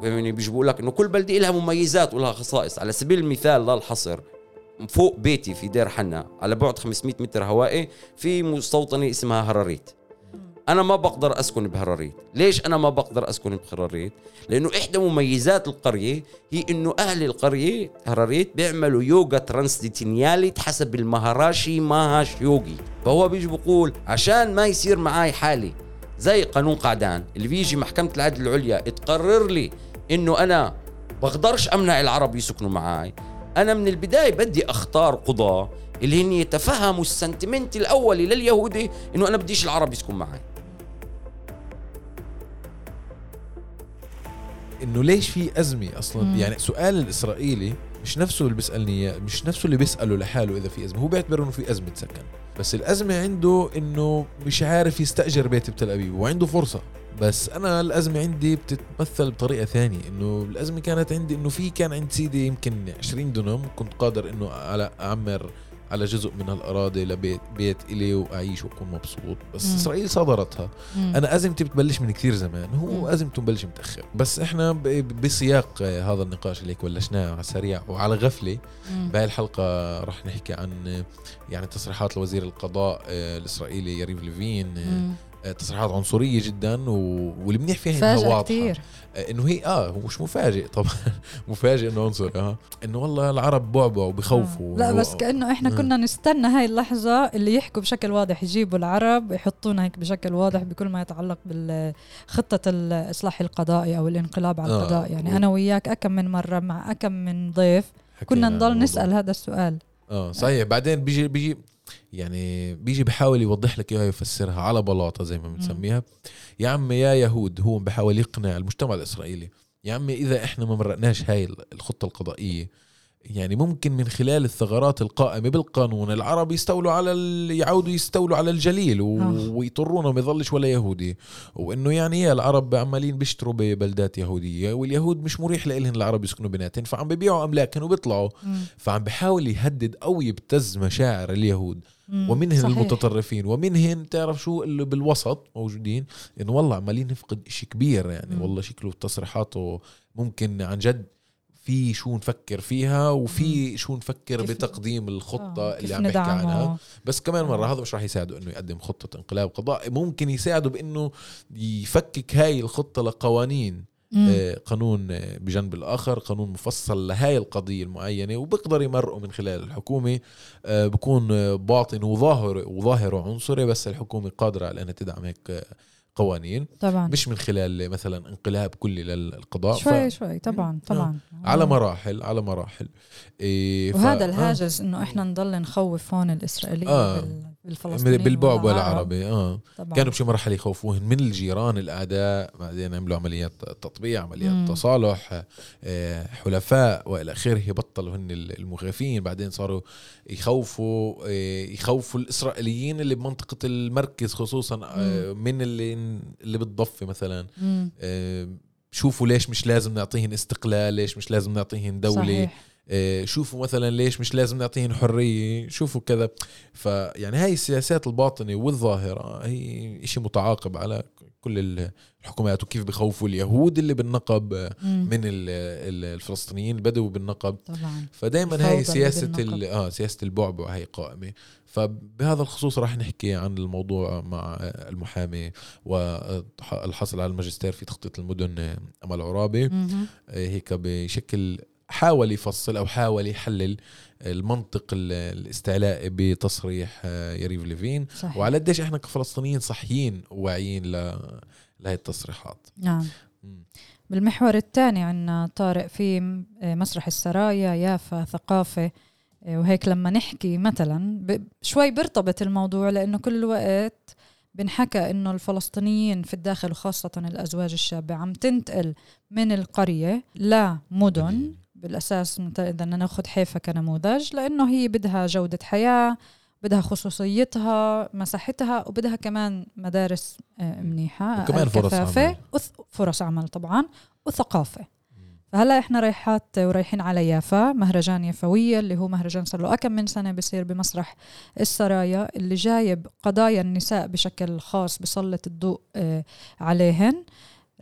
يعني بيجيبوا لك إنه كل بلدة لها مميزات ولها خصائص. على سبيل المثال لا الحصر، فوق بيتي في دير حنا على بعد 500 متر هوائي في مستوطنة اسمها هراريت. أنا ما بقدر أسكن بهراريت. ليش أنا ما بقدر أسكن بهراريت؟ لأنه إحدى مميزات القرية هي إنه أهل القرية هراريت بيعملوا يوغا ترانسديتينيالي حسب المهاراشي ماهاش يوغي. فهو بيجي بقول عشان ما يصير معاي حالي زي قانون قعدان اللي بيجي محكمة العدل العليا تقرر لي إنه أنا بقدرش أمنع العرب يسكنوا معاي، أنا من البداية بدي أختار قضاة اللي هن يتفهموا السنتمنت الأولي لليهودي إنه أنا بديش العرب يسكن معاي. إنه ليش في أزمة أصلاً؟ يعني سؤال الإسرائيلي مش نفسه اللي بيسألني، مش نفسه اللي بيسأله لحاله إذا في أزمة. هو بيعتبر إنه في أزمة سكن، بس الأزمة عنده إنه مش عارف يستأجر بيت بتل أبيب وعنده فرصة. بس أنا الأزمة عندي بتتمثل بطريقة ثانية. إنه الأزمة كانت عندي إنه كان عند سيدي يمكن 20 دنم، كنت قادر إنه على أعمر على جزء من الأراضي لبيت إلي وأعيش وأكون مبسوط. بس إسرائيل صدرتها. أنا أزمتي بتبلش من كثير زمان، هو أزمته ببلش متأخر. بس إحنا بسياق هذا النقاش اللي بلشناه على السريع وعلى غفلة بهاي الحلقة رح نحكي عن يعني تصريحات لوزير القضاء الإسرائيلي يريف ليفين. تصريحات عنصرية جدا واللي منيح فيها إنها واضحة إنه هي هو مش مفاجئ طبعا مفاجئ إنه عنصري إنه والله العرب بعبعوا بخوفوا. لا بس كأنه إحنا كنا نستنى هاي اللحظة اللي يحكوا بشكل واضح، يجيبوا العرب يحطونا هيك بشكل واضح بكل ما يتعلق بالخطة الإصلاح القضائي أو الانقلاب على القضاء. يعني أنا وياك أكم من مرة مع أكم من ضيف كنا نضل نسأل هذا السؤال. صحيح. بعدين بيجي بحاول يوضح لك اياها، يفسرها على بلاطة زي ما بنسميها. يا عمي يا يهود، هو بحاول يقنع المجتمع الإسرائيلي يا عمي إذا إحنا ما مرقناش هاي الخطة القضائية، يعني ممكن من خلال الثغرات القائمة بالقانون العرب يعودوا يستولوا على الجليل ويطرونا ما يظلش ولا يهودي. وإنه يعني العرب عمالين بيشتروا ببلدات يهودية واليهود مش مريح لإلهن العرب يسكنوا بيناتهم، فعم بيبيعوا أملاكهم وبيطلعوا. فعم بحاول يهدد أو يبتز مشاعر اليهود ومنهن المتطرفين ومنهن تعرف شو اللي بالوسط موجودين، إنه والله عمالين نفقد إشي كبير. يعني والله شكله تصريحاته ممكن عن جد في شو نفكر فيها وفي شو نفكر بتقديم الخطة اللي عم بحكي عنها. بس كمان مرة هذا مش راح يساعده إنه يقدم خطة انقلاب قضائي، ممكن يساعده بإنه يفكك هاي الخطة لقوانين. قانون بجنب الآخر، قانون مفصل لهاي القضية المعينة، وبقدر يمرقه من خلال الحكومة. بكون باطن وظاهره عنصري، بس الحكومة قادرة على أنها تدعم هيك قوانين طبعا. مش من خلال مثلا انقلاب كلي للقضاء. شوي طبعا على مراحل وهذا الهاجس انه احنا نضل نخوف هون الاسرائيليين بالفلسطينيين بالبعبع العربي. كانوا بشي مرحله يخوفوهن من الجيران الاعداء، بعدين عملوا عمليات تطبيع، عمليات تصالح، حلفاء والى اخره، بطلوا هن المخيفين. بعدين صاروا يخوفوا الاسرائيليين اللي بمنطقه المركز خصوصا من اللي بالضفه مثلا. شوفوا ليش مش لازم نعطيهن استقلال، ليش مش لازم نعطيهن دولة. شوفوا مثلا ليش مش لازم نعطيهن حرية، شوفوا كذا. فيعني هاي السياسات الباطنة والظاهرة هي إشي متعاقب على كل الحكومات، وكيف بخوفوا اليهود اللي بالنقب من الفلسطينيين البدو بالنقب طبعا. فدايما هاي سياسة البعبع هاي قائمة. فبهذا الخصوص راح نحكي عن الموضوع مع المحامي والحصل على الماجستير في تخطيط المدن أمل عرابي. هيك بشكل حاول يفصل أو حاول يحلل المنطق الاستعلائي بتصريح يريف ليفين، وعلى قديش احنا كفلسطينيين صحيين وواعيين لهي التصريحات. نعم. بالمحور الثاني عنا طارق في مسرح السرايا يافا ثقافة، وهيك لما نحكي مثلا شوي برتبط الموضوع، لأنه كل وقت بنحكى إنه الفلسطينيين في الداخل وخاصة الأزواج الشابة عم تنتقل من القرية لمدن بالأساس. إذا ناخد حيفا كنموذج، لأنه هي بدها جودة حياة، بدها خصوصيتها، مساحتها، وبدها كمان مدارس منيحة، وكمان فرص عمل طبعا، وثقافة. فهلا احنا رايحين على يافا، مهرجان يافوية اللي هو مهرجان صار له أكم من سنة بيصير بمسرح السرايا، اللي جايب قضايا النساء بشكل خاص بسلط الضوء عليهن.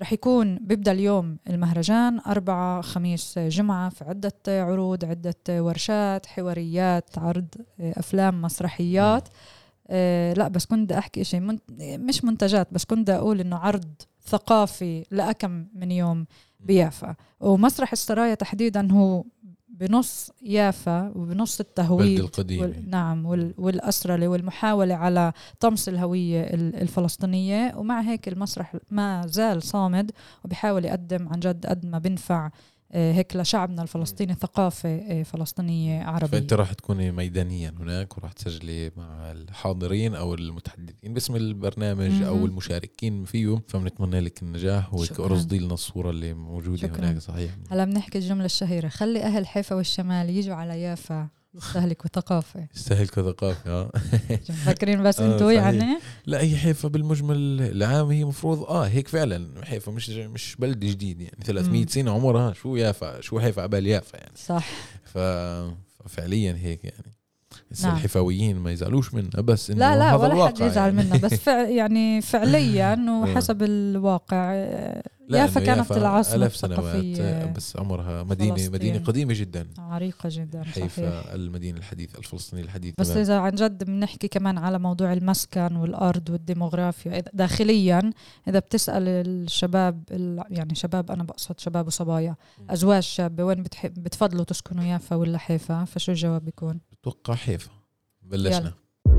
رح يكون بيبدأ اليوم المهرجان 4 5 جمعة في عدة عروض، عدة ورشات، حواريات، عرض أفلام، مسرحيات. لا بس كنت أحكي شيء مش منتجات، بس كنت أقول إنه عرض ثقافي لأكم من يوم بيافا. ومسرح السرايا تحديدا هو بنص يافا وبنص التهويد نعم والأسرلة والمحاولة على طمس الهوية الفلسطينية. ومع هيك المسرح ما زال صامد وبيحاول يقدم عن جد قد ما بنفع هيك لشعبنا الفلسطيني ثقافة فلسطينية عربية. فأنت راح تكوني ميدانيا هناك وراح تسجلي مع الحاضرين أو المتحدثين باسم البرنامج أو المشاركين فيه، فبنتمنى لك النجاح وارصدي لنا الصورة اللي موجودة شكرا. هناك. صحيح. هلا بنحكي الجملة الشهيرة: خلي أهل حيفا والشمال يجوا على يافا يستهلكوا ثقافة. يستهلكوا ثقافة. فاكرين بس انتوا يعني؟ لا هي حيفا بالمجمل العام هي مفروض هيك فعلا. حيفا مش بلد جديد يعني 300 سنة عمرها. شو يافا شو حيفا عبال يافا يعني. صح. ففعليا هيك يعني. نعم. الحفاويين ما يزعلوش منها، بس إنه لا هذا ولا الواقع حد يزعل يعني. منها، بس يعني فعليا وحسب الواقع يافا كانت العاصمة الثقافية بس عمرها مدينة قديمة جدا، عريقة جدا. حيفا المدينة الحديثة الفلسطينية الحديثة. بس إذا عن جد بنحكي كمان على موضوع المسكن والأرض والديموغرافيا داخليا، إذا بتسأل الشباب يعني شباب، أنا بقصد شباب وصبايا، أزواج شابة، وين بتفضلوا تسكنوا يافا ولا حيفا؟ فشو الجواب بيكون؟ بتوقع حيفا. بلشنا.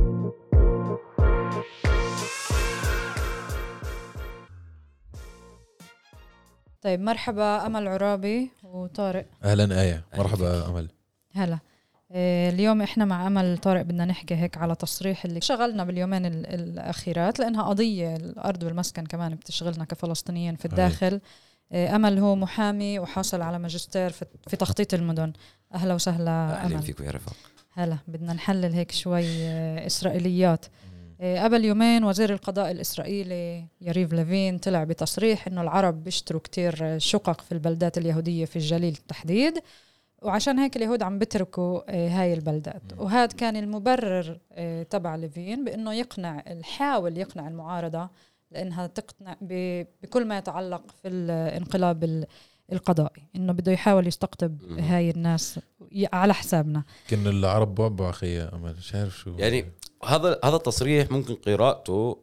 طيب مرحبا أمل عرابي وطارق. أهلا آية. مرحبا أمل. هلا. اليوم إحنا مع أمل طارق بدنا نحكي هيك على تصريح اللي شغلنا باليومين الأخيرات، لأنها قضية الأرض والمسكن كمان بتشغلنا كفلسطينيين في الداخل. أمل هو محامي وحاصل على ماجستير في تخطيط المدن. أهلا وسهلا أمل. أهلا فيكم يا رفاق. هلا. بدنا نحلل هيك شوي إسرائيليات. قبل يومين وزير القضاء الإسرائيلي يريف ليفين طلع بتصريح إنه العرب بيشتروا كتير شقق في البلدات اليهودية في الجليل التحديد، وعشان هيك اليهود عم بتركوا هاي البلدات. وهذا كان المبرر تبع ليفين بأنه يحاول يقنع المعارضة لأنها تقنع بكل ما يتعلق في الانقلاب القضائي، إنه بده يحاول يستقطب هاي الناس على حسابنا. كأن العرب بعبع أخي أمل، مش عارف شو يعني. هذا التصريح ممكن قراءته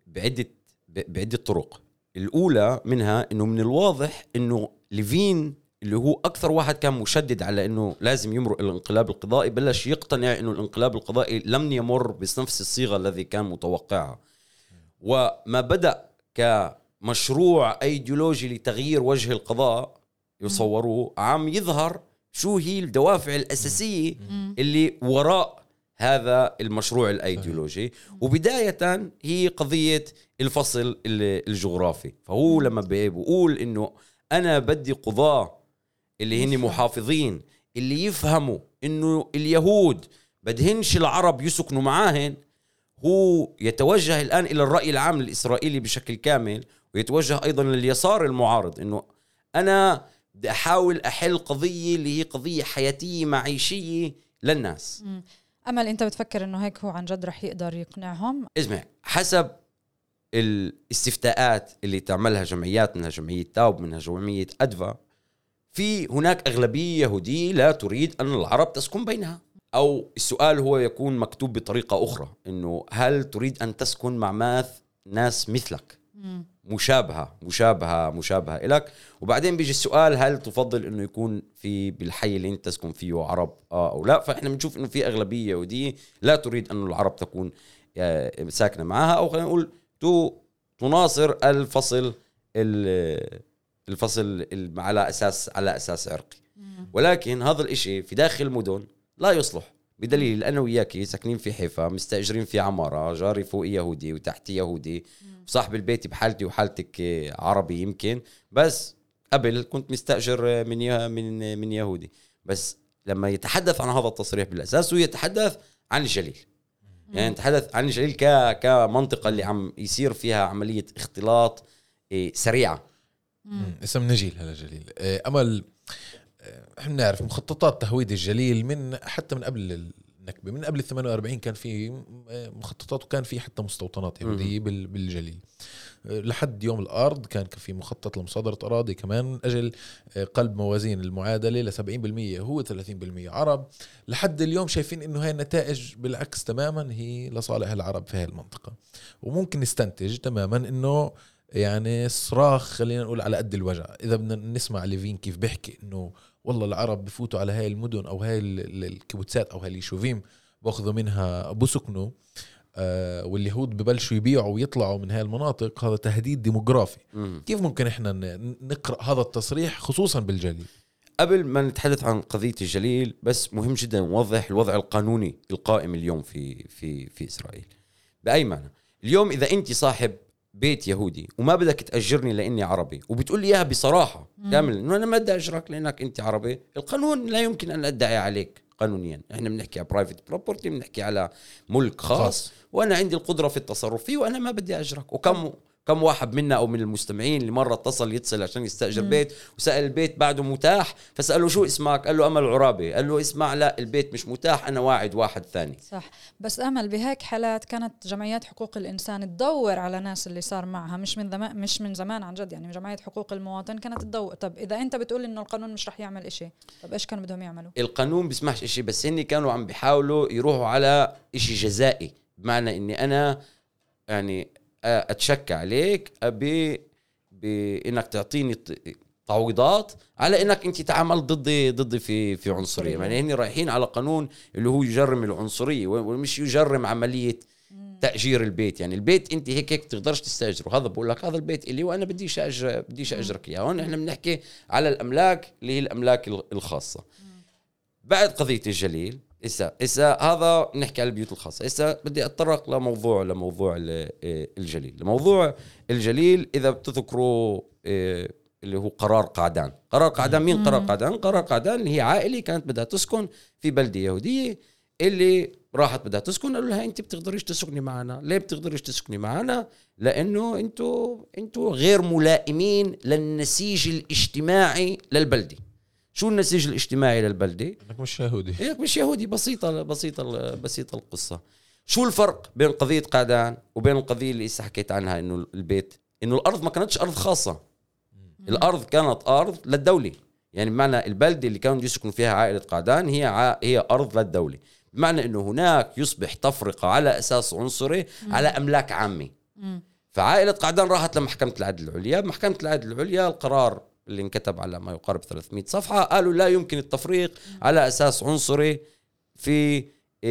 بعدة طرق. الأولى منها إنه من الواضح إنه ليفين اللي هو أكثر واحد كان مشدد على إنه لازم يمرق الانقلاب القضائي بلش يقتنع إنه الانقلاب القضائي لم يمر بنفس الصيغة الذي كان متوقعها، وما بدأ كمشروع أيديولوجي لتغيير وجه القضاء يصوروه عم يظهر شو هي الدوافع الأساسية اللي وراء هذا المشروع الأيديولوجي. وبداية هي قضية الفصل الجغرافي. فهو لما بيقول إنه أنا بدي قضاة اللي هن محافظين اللي يفهموا إنه اليهود بدهنش العرب يسكنوا معاهن، هو يتوجه الآن إلى الرأي العام الإسرائيلي بشكل كامل، ويتوجه أيضا لليسار المعارض إنه أنا بدي أحاول أحل قضية اللي هي قضية حياتية معيشية للناس. أمل أنت بتفكر إنه هيك هو عن جد رح يقدر يقنعهم؟ اسمع، حسب الاستفتاءات اللي تعملها جمعيات، منها جمعية تاوب، منها جمعية أدفا، في هناك أغلبية يهودية لا تريد أن العرب تسكن بينها. أو السؤال هو يكون مكتوب بطريقة أخرى، إنه هل تريد أن تسكن مع ناس مثلك مشابهة إلك؟ وبعدين بيجي السؤال هل تفضل إنه يكون بالحي اللي أنت تسكن فيه عرب أو لا؟ فإحنا بنشوف إنه في أغلبية يهودية لا تريد أن العرب تكون ساكنة معها، أو خلينا نقول تناصر الفصل على أساس عرقي. ولكن هذا الإشي في داخل المدن لا يصلح، بدليل أنا وياكي ساكنين في حيفا، مستأجرين في عمارة، جاري فوق يهودي وتحتي يهودي، صاحب البيت بحالتي وحالتك عربي يمكن، بس قبل كنت مستأجر من يهودي. بس لما يتحدث عن هذا التصريح بالأساس هو يتحدث عن الجليل، يعني يتحدث عن الجليل كمنطقة اللي عم يصير فيها عملية اختلاط سريعة. اسم نجيل هلا جليل. أمل، احنا نعرف مخططات تهويد الجليل حتى من قبل النكبة. من قبل 48 كان في مخططات وكان في حتى مستوطنات يهودية بالجليل. لحد يوم الأرض كان في مخطط لمصادرة أراضي كمان أجل قلب موازين المعادلة ل 70% يهود 30% عرب. لحد اليوم شايفين إنه هاي النتائج بالعكس تماما هي لصالح العرب في هاي المنطقة. وممكن نستنتج تماما إنه يعني صراخ خلينا نقول على قد الوجع. إذا بدنا نسمع ليفين كيف بيحكي إنه والله العرب بفوتوا على هاي المدن أو هاي الكيبوتسات أو هاي اليشوفيم باخذوا منها بسكنوا، واليهود ببلشوا يبيعوا ويطلعوا من هاي المناطق، هذا تهديد ديموغرافي. كيف ممكن إحنا نقرأ هذا التصريح خصوصا بالجليل؟ قبل ما نتحدث عن قضية الجليل بس مهم جدا نوضح الوضع القانوني القائم اليوم في إسرائيل. بأي معنى؟ اليوم إذا أنت صاحب بيت يهودي وما بدك تأجرني لأني عربي وبتقول لي إياها بصراحة كامل إنه أنا ما بدي أجرك لأنك أنت عربي، القانون لا يمكن أن أدعي عليك قانونيا. إحنا بنحكي على برايفت بروبرتي، بنحكي على ملك خاص وأنا عندي القدرة في التصرف فيه وأنا ما بدي أجرك. كم واحد منا أو من المستمعين اللي مرة يتصل عشان يستأجر بيت وسأل البيت بعده متاح، فسأله شو اسمك؟ قال له أمل عرابي. قال له اسمع لا البيت مش متاح، أنا واعد واحد ثاني. صح. بس أمل بهيك حالات كانت جمعيات حقوق الإنسان تدور على ناس اللي صار معها مش من زمان عن جد، يعني جمعية حقوق المواطن كانت تدور. طب إذا أنت بتقول إنه القانون مش رح يعمل إشي، طب إيش كانوا بدهم يعملوا؟ القانون بيسمحش إشي، بس هني كانوا عم بيحاولوا يروحوا على إشي جزائي، بمعنى إني أنا يعني أتشكى عليك بإنك تعطيني تعويضات على إنك أنت تعامل ضدي في عنصرية. يعني هني رايحين على قانون اللي هو يجرم العنصرية ومش يجرم عملية تأجير البيت. يعني البيت أنت هيك تقدرش تستأجره، هذا بقول لك هذا البيت اللي وأنا بديش أجرك إياه. هون إحنا بنحكي على الأملاك اللي هي الأملاك الخاصة. بعد قضية الجليل إسا هذا نحكي على البيوت الخاصة. إسا بدي أتطرق لموضوع الجليل. موضوع الجليل إذا بتذكروا اللي هو قرار قعدان. مين قرار قعدان؟ قرار قعدان اللي هي عائلة كانت بدها تسكن في بلدة يهودية، اللي راحت بدها تسكن قالوا لها أنت بتقدريش تسكني معنا. ليه بتقدريش تسكني معنا؟ لأنه أنتوا غير ملائمين للنسيج الاجتماعي للبلدة. شو النسيج الاجتماعي للبلدة؟ انك مش يهودي. انك مش يهودي. بسيطة القصة. شو الفرق بين قضية قعدان وبين القضية اللي حكيت عنها انه البيت، انه الارض ما كانتش ارض خاصة، الارض كانت ارض للدولة. يعني بمعنى البلدة اللي كانوا يسكنوا فيها عائلة قعدان هي ارض للدولة، بمعنى انه هناك يصبح تفرقة على اساس عنصري على املاك عامة. فعائلة قعدان راحت لمحكمة العدل العليا. محكمة العدل العليا القرار اللي انكتب على ما يقارب 300 صفحة قالوا لا يمكن التفريق على أساس عنصري في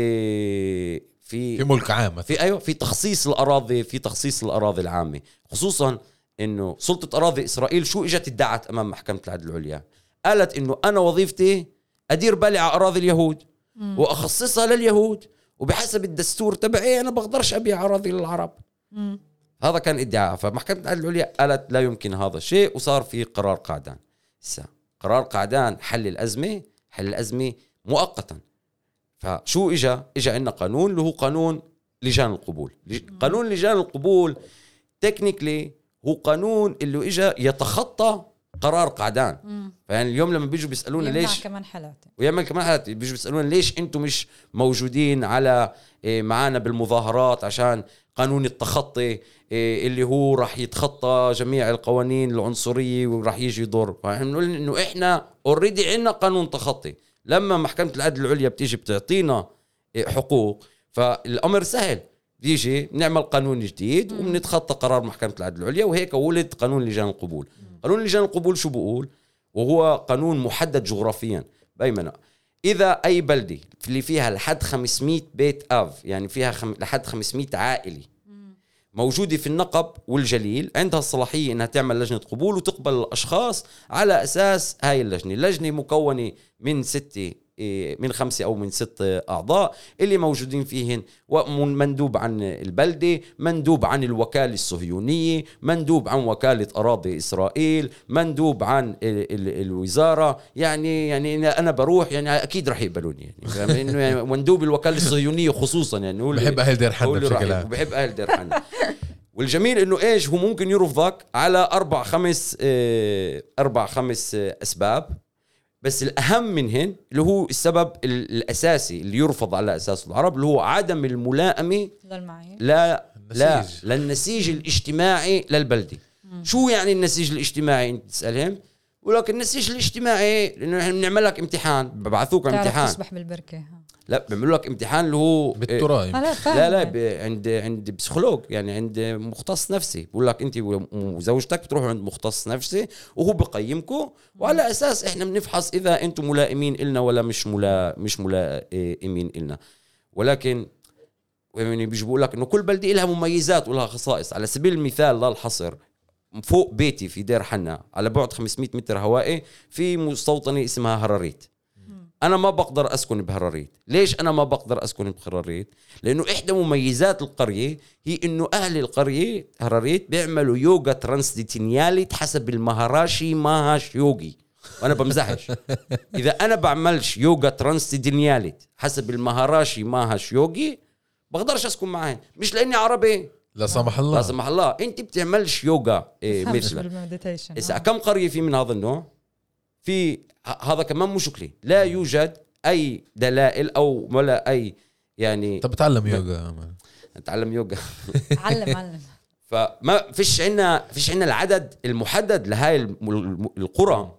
ملك عام، في تخصيص الأراضي العامة، خصوصا إنه سلطة أراضي إسرائيل شو إجت ادعت أمام محكمة العدل العليا؟ قالت إنه أنا وظيفتي أدير بالي على أراضي اليهود وأخصصها لليهود، وبحسب الدستور تبعي أنا بقدرش أبيع أراضي للعرب. هذا كان ادعاء. فمحكمة العدل العليا قالت لا يمكن هذا الشيء، وصار في قرار قعدان. قرار قعدان حل الأزمة مؤقتا. فشو إجا عندنا قانون اللي هو قانون لجان القبول. قانون لجان القبول تكنيكلي هو قانون اللي إجا يتخطى قرار قعدان. فيعني اليوم لما بيجوا بيسألونا ليش ويعمل كمان حالات بيجوا بيسألونا ليش أنتم مش موجودين على معانا بالمظاهرات عشان قانون التخطي اللي هو راح يتخطى جميع القوانين العنصرية وراح يجي يضر. فاحنا بنقول إنه إحنا already عنا قانون تخطي. لما محكمة العدل العليا بتيجي بتعطينا حقوق فالأمر سهل، بيجي نعمل قانون جديد وبنتخطى قرار محكمة العدل العليا، وهيك ولد قانون لجان القبول. قانون لجان القبول شو بقول؟ وهو قانون محدد جغرافيا بأيمنة. إذا أي بلدة اللي فيها لحد 500 بيت أف، يعني فيها لحد 500 عائلة موجودة في النقب والجليل، عندها الصلاحية إنها تعمل لجنة قبول وتقبل الأشخاص على أساس هاي اللجنة مكونة من 5 أو من 6 أعضاء اللي موجودين فيهن مندوب عن البلدة، مندوب عن الوكالة الصهيونية، مندوب عن وكالة أراضي إسرائيل، مندوب عن الوزارة. يعني أنا بروح يعني أكيد رح يقبلوني، يعني إنه يعني مندوب الوكالة الصهيونية خصوصا، يعني بحب أهل دير حنا بشكل عام، بحب أهل دير حنا. والجميل إنه إيش هو ممكن يرفضك على 4-5 أسباب. بس الأهم منهن اللي هو السبب الأساسي اللي يرفض على أساس العرب، اللي هو عدم الملائمة للنسيج الاجتماعي للبلدي. شو يعني النسيج الاجتماعي؟ انت تسألهم ولكن النسيج الاجتماعي لأنه نحن بنعمل لك امتحان، ببعثوك امتحان تسبح بالبركة، لا بيعملوا لك امتحان اللي هو بالترايم، لا عند بسيكولوج، يعني عند مختص نفسي، بقول لك انت وزوجتك بتروحوا عند مختص نفسي وهو بقيمكم، وعلى اساس احنا بنفحص اذا انتم ملائمين إلنا ولا مش ملائمين إلنا. ولكن يعني بيجيبوا لك انه كل بلدة لها مميزات ولها خصائص. على سبيل المثال لا الحصر، فوق بيتي في دير حنا على بعد 500 متر هوائي في مستوطنة اسمها هراريت. أنا ما بقدر أسكن بهراريت. ليش أنا ما بقدر أسكن بهراريت؟ لأنه إحدى مميزات القرية هي إنه أهل القرية هراريت بيعملوا يوغا ترانسديتينياليت حسب المهاراشي ماهاش يوغي، وأنا بمزحش. إذا أنا بعملش يوغا ترانسديتينياليت حسب المهاراشي ماهاش يوغي بقدرش أسكن معهن، مش لأني عربي، لا سمح الله، لا سمح الله. أنت بتعملش يوغا مثل إذا كم قرية في من هذا النوع؟ في هذا كمان مشكلة، لا يوجد أي دلائل أو ولا أي يعني. طب تعلم يوغا، تعلم يوغا علم فما فيش عنا العدد المحدد لهاي القرى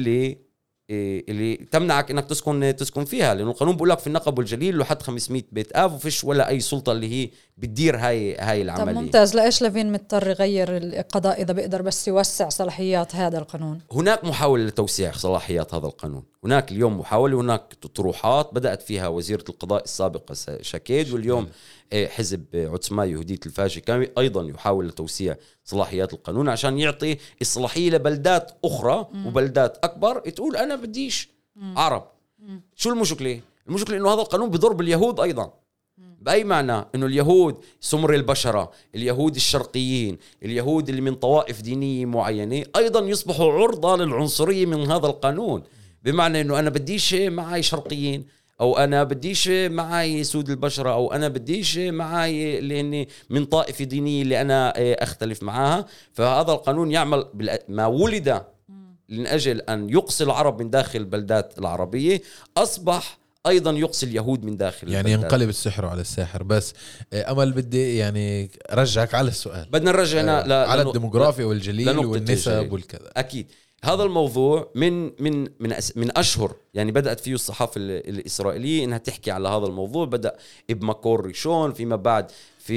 اللي تمنعك انك تسكن فيها، لانه القانون بيقول لك في النقب والجليل لحد 500 بيت آب، وفيش ولا اي سلطه اللي هي بتدير هاي العمليه. طب ممتاز، لايش لافين مضطر يغير القضاء اذا بيقدر بس يوسع صلاحيات هذا القانون؟ هناك محاوله لتوسيع صلاحيات هذا القانون، هناك اليوم محاوله، هناك طروحات بدات فيها وزيره القضاء السابقه شاكيد، واليوم حزب عتسما يهودية الفاشي كان أيضا يحاول لتوسيع صلاحيات القانون عشان يعطي الصلاحية لبلدات أخرى وبلدات أكبر تقول أنا بديش عرب. شو المشكلة؟ المشكلة إنه هذا القانون بضر باليهود أيضا. بأي معنى؟ إنه اليهود سمر البشرة، اليهود الشرقيين، اليهود اللي من طوائف دينية معينة أيضا يصبحوا عرضة للعنصرية من هذا القانون. بمعنى إنه أنا بديش معي شرقيين، أو أنا بديش معي سود البشرة، أو أنا بديش معي لأني من طائفة دينية اللي أنا أختلف معها. فهذا القانون يعمل ما ولد من أجل أن يقصي العرب من داخل البلدات العربية، أصبح أيضا يقصي اليهود من داخل يعني البلدات. ينقلب السحر على الساحر. بس أمل بدي يعني رجعك على السؤال، بدنا نرجعنا على الديموغرافيا والجليل والنسب والكذا. أكيد هذا الموضوع من أشهر يعني بدأت فيه الصحافة الإسرائيلية إنها تحكي على هذا الموضوع. بدأ بمكور ريشون، فيما بعد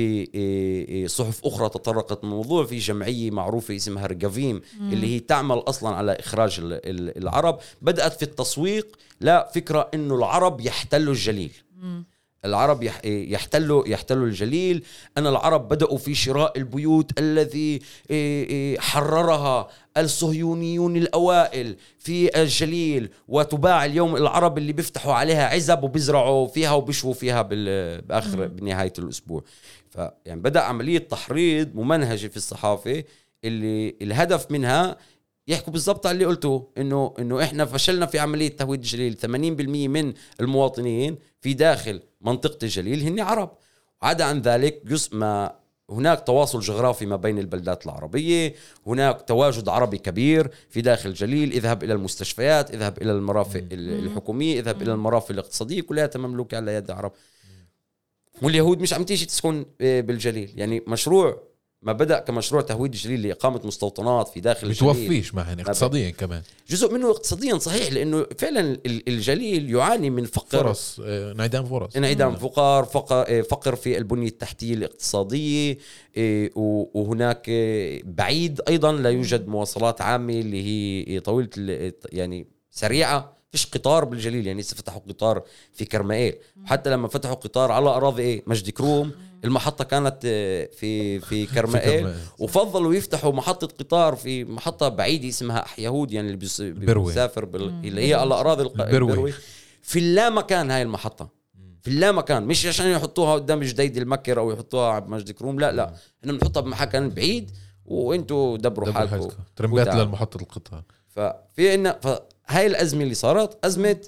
في صحف أخرى تطرقت الموضوع، في جمعية معروفة اسمها رقافيم اللي هي تعمل أصلا على إخراج العرب. بدأت في التسويق لفكرة إنه العرب يحتلوا الجليل، العرب يحتلوا الجليل. أن العرب بدأوا في شراء البيوت الذي حررها الصهيونيون الأوائل في الجليل، وتباع اليوم العرب اللي بيفتحوا عليها عزب وبيزرعوا فيها وبيشووا فيها بنهاية الأسبوع. فيعني بدأ عملية تحريض ممنهجة في الصحافة اللي الهدف منها يحكوا بالضبط على اللي قلته، إنه إحنا فشلنا في عملية تهويد الجليل. 80% من المواطنين في داخل منطقة الجليل هن عرب. عدا عن ذلك جزء ما هناك تواصل جغرافي ما بين البلدات العربية، هناك تواجد عربي كبير في داخل الجليل. اذهب إلى المستشفيات، اذهب إلى المرافق الحكومية، اذهب إلى المرافق الاقتصادية، كلها مملوكة على يد عرب. واليهود مش عم تيجي تسكن بالجليل. يعني مشروع ما بدأ كمشروع تهويد الجليل لإقامة مستوطنات في داخل الجليل بتوفيش معهن اقتصاديا كمان، جزء منه اقتصاديا صحيح، لأنه فعلا الجليل يعاني من فرص انعدام فقر في البنية التحتية الاقتصادية، وهناك بعيد أيضا لا يوجد مواصلات عامة اللي هي طويلة يعني سريعة. فيش قطار بالجليل، يعني فتحوا قطار في كرمائيل، حتى لما فتحوا قطار على أراضي مجد كروم المحطة كانت في كرمائيل، وفضلوا يفتحوا محطة قطار في محطة بعيدة اسمها أحيهود، يعني اللي بيسافر اللي هي على أراضي البروي في اللامكان. هاي المحطة في اللامكان، مش عشان يحطوها قدام جديد المكر أو يحطوها على مجد كروم، لا إحنا بنحطها بمكان بعيد وإنتوا دبروا حالكم ترمبات للمحطة القطار. هاي الأزمة اللي صارت أزمة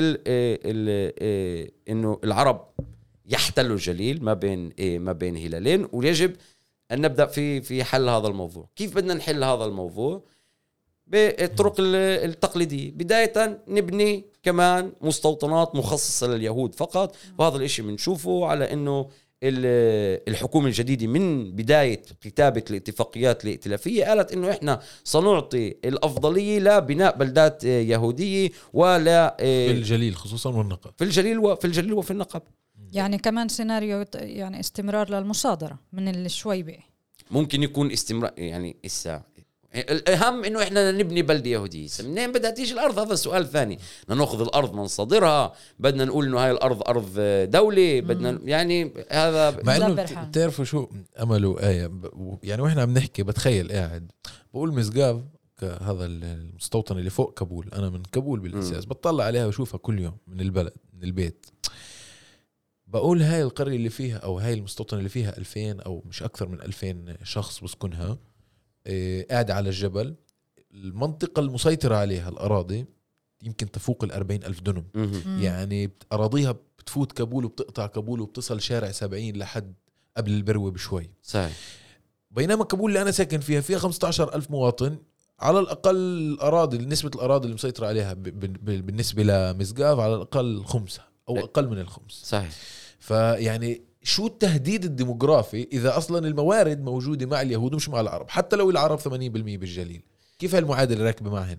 إنه العرب يحتلوا الجليل ما بين هلالين، ويجب أن نبدأ في حل هذا الموضوع. كيف بدنا نحل هذا الموضوع؟ بالطرق التقليدية. بداية نبني كمان مستوطنات مخصصة لليهود فقط، وهذا الاشي بنشوفه على انه الحكومة الجديدة من بداية كتابة الاتفاقيات الائتلافية قالت انه احنا سنعطي الافضلية لبناء بلدات يهودية ولا في الجليل خصوصا والنقب، في الجليل وفي النقب. يعني كمان سيناريو يعني استمرار للمصادرة من الشويبة، ممكن يكون استمرار. يعني الأهم إنه إحنا نبني بلدة يهودية. منين بدها تيجي الأرض؟ هذا سؤال ثاني. بدنا نأخذ الأرض نصادرها، بدنا نقول إنه هاي الأرض أرض دولة، بدنا يعني هذا. مع إنه بتعرفوا شو أملوا آية يعني وإحنا عم نحكي بتخيل قاعد بقول مسقاف هذا المستوطن اللي فوق كابول، أنا من كابول بالأساس، بتطلع عليها وشوفها كل يوم من البلد من البيت، بقول هاي القرية اللي فيها أو هاي المستوطن اللي فيها 2000 أو مش أكثر من 2000 شخص بسكنها، قاعدة على الجبل، المنطقة المسيطرة عليها الأراضي يمكن تفوق 40,000 دنم. يعني أراضيها بتفوت كابول وبتقطع كابول وبتصل شارع 70 لحد قبل البروة بشوي. صحيح. بينما كابول اللي أنا ساكن فيها 15,000 مواطن على الأقل. الأراضي نسبة الأراضي اللي مسيطرة عليها بالنسبة لمسقاف على الأقل خمسة أو أقل من الخمس. صحيح. فيعني شو التهديد الديموغرافي إذا أصلا الموارد موجودة مع اليهود ومش مع العرب؟ حتى لو العرب 80% بالجليل، كيف هالمعادلة راكبة معهن؟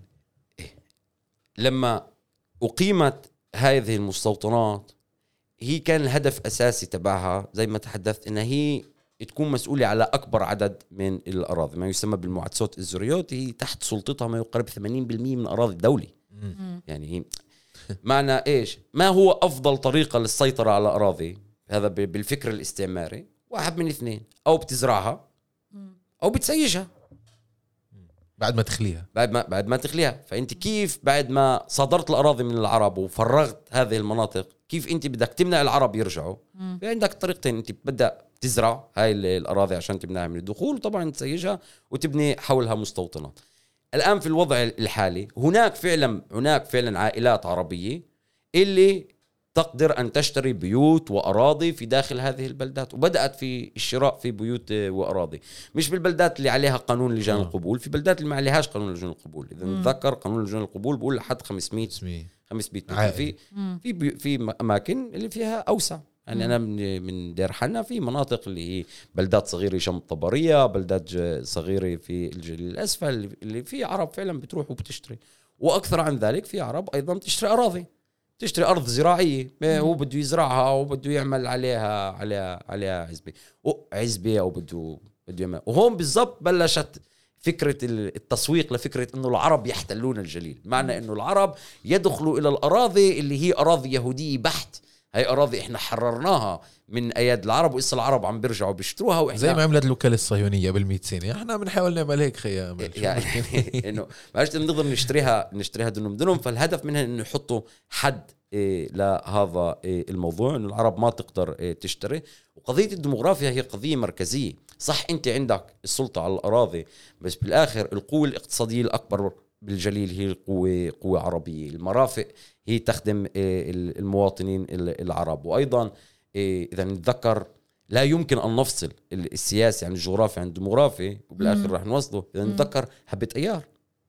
لما أقيمت هذه المستوطنات هي كان الهدف أساسي تبعها زي ما تحدثت إنها هي تكون مسؤولة على أكبر عدد من الأراضي، ما يسمى بالمعادسات الزوريوت. هي تحت سلطتها ما يقرب 80% من أراضي الدولة. يعني هي معنى إيش؟ ما هو أفضل طريقة للسيطرة على أراضي؟ هذا بالفكر الاستعماري واحد من اثنين، أو بتزرعها أو بتسيجها بعد ما تخليها. بعد ما تخليها. فأنت كيف بعد ما صادرت الأراضي من العرب وفرغت هذه المناطق، كيف أنت بدك تمنع العرب يرجعوا؟ عندك طريقتين. أنت بدأ تزرع هاي الأراضي عشان تمنعها من الدخول، وطبعا تسيجها وتبني حولها مستوطنات. الآن في الوضع الحالي هناك فعلا عائلات عربية اللي تقدر أن تشتري بيوت وأراضي في داخل هذه البلدات، وبدأت في الشراء في بيوت وأراضي، مش بالبلدات اللي عليها قانون لجان القبول، في بلدات اللي ما عليهاش قانون لجان القبول. إذا نتذكر قانون لجان القبول بقول لحد 500 متر. في أماكن اللي فيها أوسع. يعني أنا من دير حنا في مناطق اللي هي بلدات صغيرة شم طبرية، بلدات صغيرة في الجليل الأسفل اللي في عرب فعلا بتروح وبتشتري. وأكثر عن ذلك في عرب أيضا بتشتري أراضي، تشتري أرض زراعية هو بده يزرعها أو بده يعمل عليها عزبة أو بده يعمل. وهون بالضبط بلشت فكرة التسويق لفكرة إنه العرب يحتلون الجليل، معنى إنه العرب يدخلوا إلى الأراضي اللي هي أراضي يهودية بحت. هاي أراضي إحنا حررناها من أياد العرب، وإسا العرب عم بيرجعوا بيشتروها، وإحنا زي ما عملت الوكالة الصهيونية بال100 سنة. إحنا بنحاول نعمل هيك خيام يعني إنه ما عشت نقدر نشتريها دنم. فالهدف منها إنه يحطوا حد لهذا الموضوع، إنه العرب ما تقدر تشتري. وقضية الديموغرافيا هي قضية مركزية. صح أنت عندك السلطة على الأراضي، بس بالآخر القوة الاقتصادية الأكبر بالجليل هي قوة عربية. المرافق هي تخدم المواطنين العرب. وأيضا إذا نتذكر لا يمكن أن نفصل السياسي عن الجغرافي عن الديموغرافي، وبالآخر رح نوصله. إذا نتذكر هبة أيار،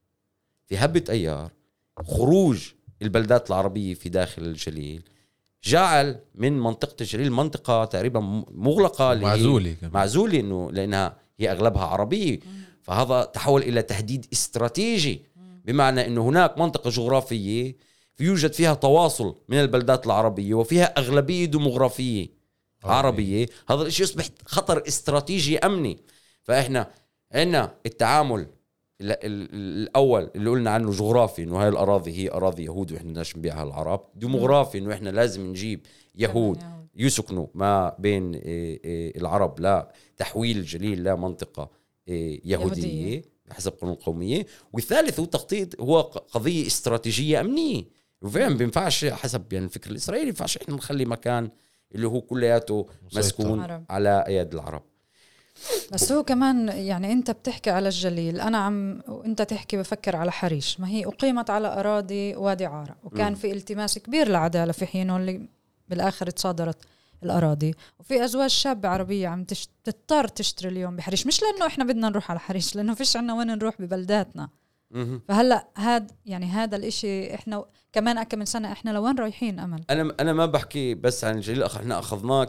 في هبة أيار خروج البلدات العربية في داخل الجليل جعل من منطقة الجليل منطقة تقريبا مغلقة معزولة إنه لأنها هي أغلبها عربية. فهذا تحول إلى تهديد استراتيجي، بمعنى إنه هناك منطقة جغرافية يوجد فيها تواصل من البلدات العربية وفيها أغلبية ديموغرافية عربية. هذا الشيء يصبح خطر استراتيجي أمني. فإحنا عندنا التعامل الأول اللي قلنا عنه جغرافي، إنه هاي الأراضي هي أراضي يهود وإحنا بدناش نبيعها العرب. ديموغرافي إنه إحنا لازم نجيب يهود يسكنوا ما بين العرب لا تحويل الجليل لا منطقة يهودية بحسب قانون القومية. والثالث هو تخطيط، هو قضية استراتيجية أمنية. وفعلا بينفعش حسب يعني الفكر الإسرائيلي بينفعش إحنا نخلي مكان اللي هو كلياته مسكون على أياد العرب. بس هو كمان يعني أنت بتحكي على الجليل، أنا وأنت تحكي بفكر على حريش، ما هي أقيمت على أراضي وادي عارة، وكان في التماس كبير للعدالة في حينه اللي بالآخر تصادرت الأراضي. وفي أزواج شابة عربية عم تضطر تشتري اليوم بحريش، مش لأنه إحنا بدنا نروح على حريش، لأنه فيش عنا وين نروح ببلداتنا. فهلا هذا الاشي احنا كمان كم من سنه احنا لوين رايحين امل؟ انا ما بحكي بس عن الجيل الاخر، احنا اخذناه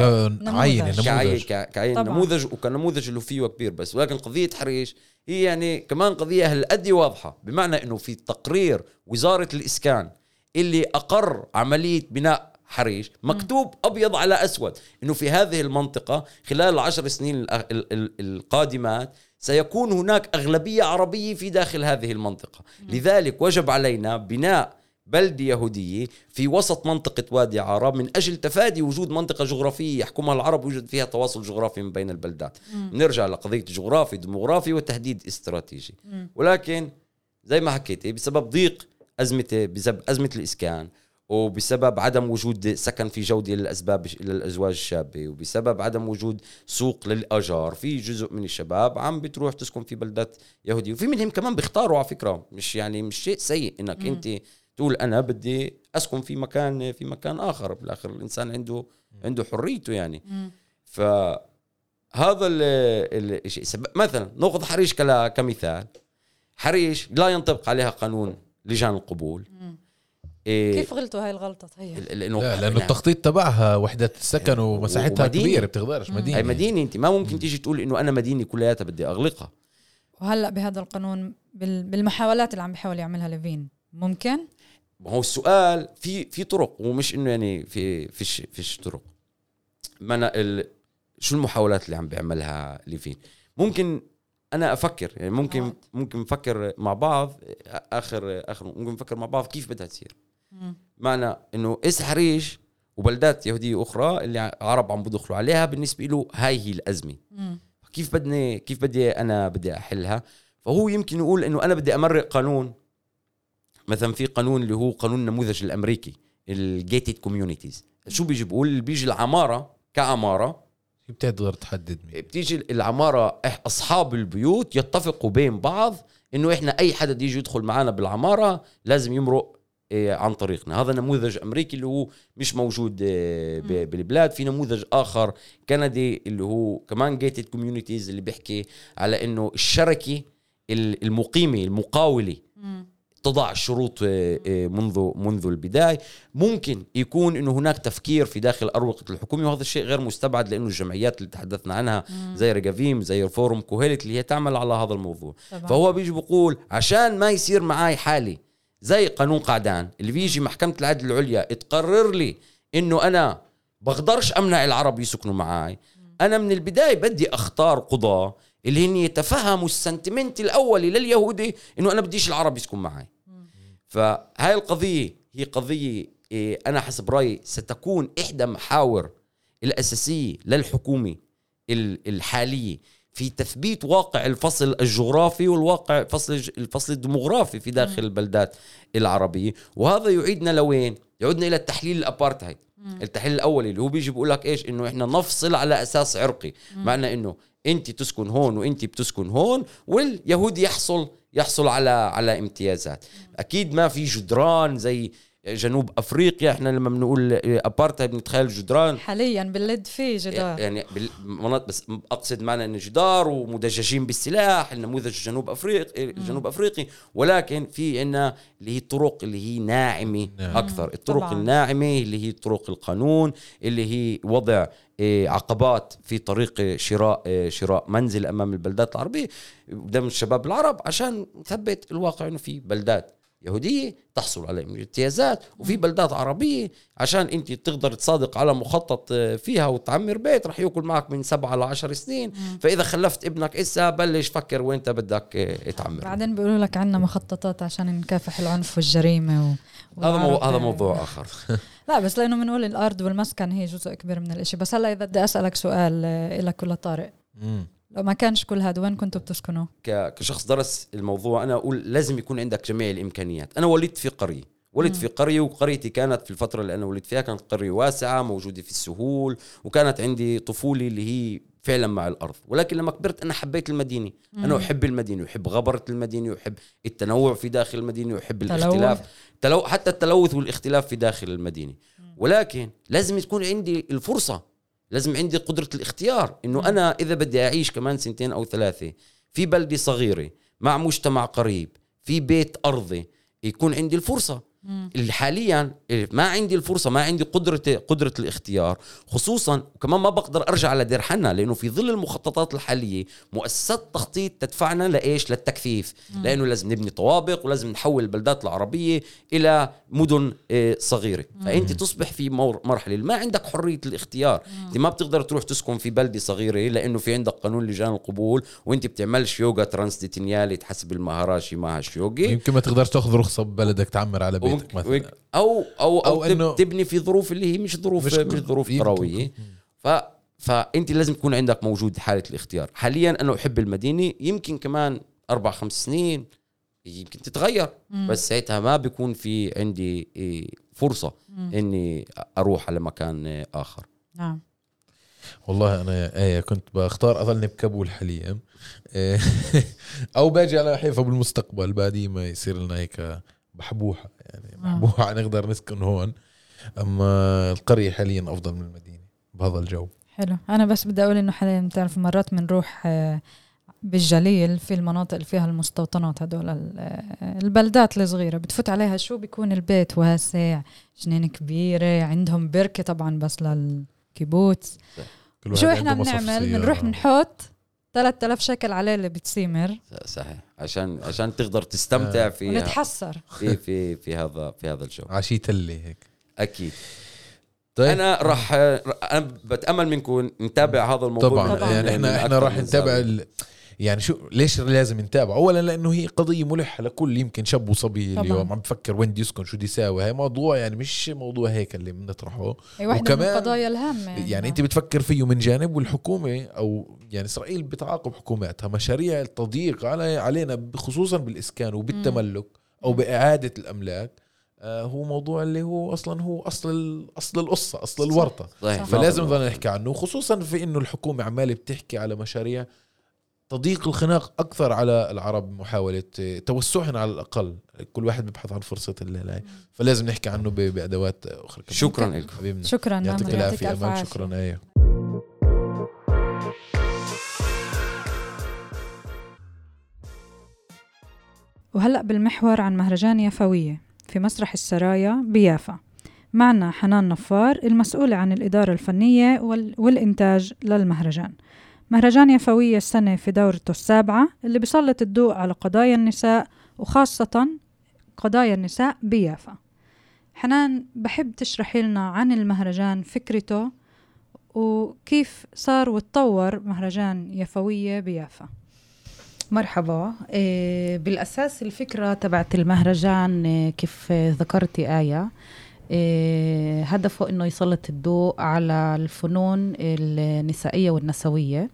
كعين نموذج وكنموذج اللي فيه كبير بس، ولكن قضيه حريش هي يعني كمان قضيه هالقد واضحه، بمعنى انه في تقرير وزاره الاسكان اللي اقر عمليه بناء حريش مكتوب أبيض على أسود إنه في هذه المنطقة خلال 10 سنين القادمات سيكون هناك أغلبية عربية في داخل هذه المنطقة. لذلك وجب علينا بناء بلدة يهودية في وسط منطقة وادي عرب من أجل تفادي وجود منطقة جغرافية يحكمها العرب ويوجد فيها تواصل جغرافي من بين البلدات. نرجع لقضية جغرافي ديموغرافي وتهديد استراتيجي. ولكن زي ما حكيتي بسبب ضيق بسبب أزمة الإسكان وبسبب عدم وجود سكن في جودة للأزواج الشابة وبسبب عدم وجود سوق للأجار، في جزء من الشباب عم بتروح تسكن في بلدات يهودية، وفي منهم كمان بيختاروا على فكرة، مش شيء سيء إنك أنت تقول أنا بدي أسكن في مكان آخر. بالآخر الإنسان عنده حريته يعني. فهذا الشيء مثلا نأخذ حريش كمثال. حريش لا ينطبق عليها قانون لجان القبول. كيف غلطوا هاي الغلطة؟ لأنه التخطيط تبعها وحدة السكن ومساحتها كبيرة، بتقدرش مدينة. هاي مدينة، انت ما ممكن تيجي تقول انه انا مدينة كلياتها بدي اغلقها. وهلأ بهذا القانون بالمحاولات اللي عم بيحاول يعملها ليفين ممكن؟ هو السؤال في طرق، ومش انه يعني فيش طرق. شو المحاولات اللي عم بيعملها ليفين؟ ممكن أنا أفكر يعني ممكن نفكر مع بعض آخر ممكن نفكر مع بعض كيف بدها تصير. معنى إنه حريش وبلدات يهودية أخرى اللي عرب عم بدخلوا عليها بالنسبة له هاي هي الأزمة. كيف بدي أحلها؟ فهو يمكن يقول إنه أنا بدي أمرق قانون، مثلا في قانون اللي هو قانون النموذج الأمريكي الجيتد كوميونيتيز. شو بيجي بقول؟ بيجي العمارة كعمارة بتقدر تحدد بتيجي العمارة أصحاب البيوت يتفقوا بين بعض إنه إحنا أي حدا يجي يدخل معنا بالعمارة لازم يمرق عن طريقنا. هذا نموذج أمريكي اللي هو مش موجود بالبلاد. في نموذج آخر كندي اللي هو كمان gated communities اللي بيحكي على إنه الشركة المقيمة المقاولة تضع الشروط منذ البداية. ممكن يكون إنه هناك تفكير في داخل أروقة الحكومة، وهذا الشيء غير مستبعد لأنه الجمعيات اللي تحدثنا عنها زي رجافيم زي فورم كوهيلت اللي هي تعمل على هذا الموضوع طبعا. فهو بيجي بقول عشان ما يصير معاي حالي زي قانون قعدان اللي بيجي محكمة العدل العليا تقرر لي إنه أنا بقدرش أمنع العرب يسكنوا معاي، أنا من البداية بدي أختار قضاة اللي هن يتفهموا السنتمنت الأولي لليهودي إنه أنا بديش العرب يسكن معاي. فهاي القضية هي قضية أنا حسب رأيي ستكون إحدى محاور الأساسية للحكومة الحالية في تثبيت واقع الفصل الجغرافي والواقع الفصل الديموغرافي في داخل البلدات العربية. وهذا يعيدنا لوين؟ يعودنا إلى التحليل الأبارتهايد. التحليل الأولي اللي هو بيجي بيقول لك إيش؟ إنه إحنا نفصل على أساس عرقي، معنى إنه أنت تسكن هون وأنت بتسكن هون واليهودي يحصل على امتيازات. أكيد ما في جدران زي جنوب أفريقيا. إحنا لما بنقول أبارتهايد بنتخيل جدران، حاليا باللد في جدار يعني بالمناطق، بس أقصد معنا إنه جدار ومدججين بالسلاح النموذج جنوب أفريقي. ولكن في عنا اللي هي الطرق اللي هي ناعمة أكثر، الطرق طبعاً. الناعمة اللي هي طرق القانون اللي هي وضع عقبات في طريق شراء منزل أمام البلدات العربية قدام الشباب العرب عشان نثبت الواقع إنه في بلدات يهودية تحصل على امتيازات وفي بلدات عربية عشان انت تقدر تصادق على مخطط فيها وتعمر بيت رح يأكل معك من 7 ل 10 سنين. فإذا خلفت ابنك إسا بلش فكر وين انت بدك تعمر. بعدين بيقولوا لك عنا مخططات عشان نكافح العنف والجريمة هذا موضوع آخر. لا بس لأنه بنقول الأرض والمسكن هي جزء كبير من الاشي. بس هلا إذا بدي أسألك سؤال لك ولا طارق، لو ما كانش كل هذا وين كنتوا بتسكنوا؟ كشخص درس الموضوع أنا أقول لازم يكون عندك جميع الإمكانيات. أنا ولدت في قرية وقريتي كانت في الفترة اللي أنا ولدت فيها كانت قرية واسعة موجودة في السهول وكانت عندي طفولي اللي هي فعلا مع الأرض. ولكن لما كبرت أنا حبيت المدينة. أنا أحب المدينة وأحب غبرة المدينة وأحب التنوع في داخل المدينة وأحب الاختلاف حتى التلوث والاختلاف في داخل المدينة. ولكن لازم تكون عندي الفرصة، لازم عندي قدرة الاختيار إنه أنا إذا بدي أعيش كمان 2 أو 3 في بلدة صغيرة مع مجتمع قريب في بيت أرضي يكون عندي الفرصة. حاليا ما عندي الفرصة، ما عندي قدرة الاختيار، خصوصا وكمان ما بقدر أرجع على دير حنا، لأنه في ظل المخططات الحالية مؤسسات التخطيط تدفعنا لإيش؟ للتكثيف، لأنه لازم نبني طوابق ولازم نحول البلدات العربية إلى مدن صغيرة. فأنت تصبح في مرحلة ما عندك حرية الاختيار. أنت ما بتقدر تروح تسكن في بلدة صغيرة لأنه في عندك قانون لجان القبول، وأنت بتعملش يوغا ترانسديتنيالي تحسب المهاراشي معهاش يوغي، يمكن ما تقدرش تاخذ رخصة ببلدك تعمر على بيتك مثلا، أو تبني في ظروف اللي هي مش ظروف قروية. فأنت لازم تكون عندك موجود حالة الاختيار. حاليا أنا أحب المدينة، يمكن كمان 4-5 سنين يمكن تتغير، بس ساعتها ما بيكون في عندي فرصة إني أروح على مكان آخر. نعم. والله أنا كنت بختار أظلني بكابول حاليا أو باجي على حيفا بالمستقبل بعد ما يصير لنا هيك بحبوحة، يعني بحبوحة نقدر نسكن هون. أما القرية حاليا أفضل من المدينة بهذا الجو. حلو. أنا بس بدي أقول إنه حاليا بتعرف مرات بنروح بالجليل في المناطق اللي فيها المستوطنات، هدول البلدات الصغيرة بتفوت عليها شو بيكون البيت واسع، جنين كبيرة، عندهم بركة طبعا بس للكيبوتس. شو إحنا بنعمل؟ بنروح بنحط 3000 شكل عليه اللي بتسيمر. صحيح، عشان تقدر تستمتع فيها ونتحسر في هذا الجو. عشية اللي هيك أكيد. طيب. أنا بتأمل منكم نتابع هذا الموضوع طبعا. يعني إحنا راح نتابع يعني شو ليش لازم نتابع؟ أولا لأنه هي قضية ملحة لكل يمكن شاب وصبي اليوم عم بفكر وين يسكن شو دي يساوي. هاي موضوع يعني مش موضوع هيك اللي بنطرحه، وكمان القضايا الهامة يعني أنت بتفكر فيه من جانب، والحكومة أو يعني إسرائيل بتعاقب حكوماتها مشاريع التضييق علينا خصوصا بالإسكان وبالتملك أو بإعادة الأملاك. هو موضوع اللي هو أصلا هو أصل القصة، أصل الورطة. فلازم نظل نحكي عنه، خصوصا في إنه الحكومة عمالة بتحكي على مشاريع تضييق الخناق أكثر على العرب، محاولة توسعهم على الأقل. كل واحد بيبحث عن فرصة اللي فلازم نحكي عنه بأدوات أخرى. شكرا لكم. شكرا. يعطيك العافية أمل. شكرا. وهلأ بالمحور عن مهرجان يافوية في مسرح السرايا بيافا. معنا حنان نفار المسؤولة عن الإدارة الفنية والإنتاج للمهرجان. مهرجان يافوية السنة في دورته السابعة اللي بيسلط الضوء على قضايا النساء وخاصة قضايا النساء بيافا. حنان، بحب تشرحي لنا عن المهرجان، فكرته وكيف صار وتطور مهرجان يافوية بيافا. مرحبا. بالأساس الفكرة تبعت المهرجان كيف ذكرتي آية، هدفه إنه يسلط الضوء على الفنون النسائية والنسوية،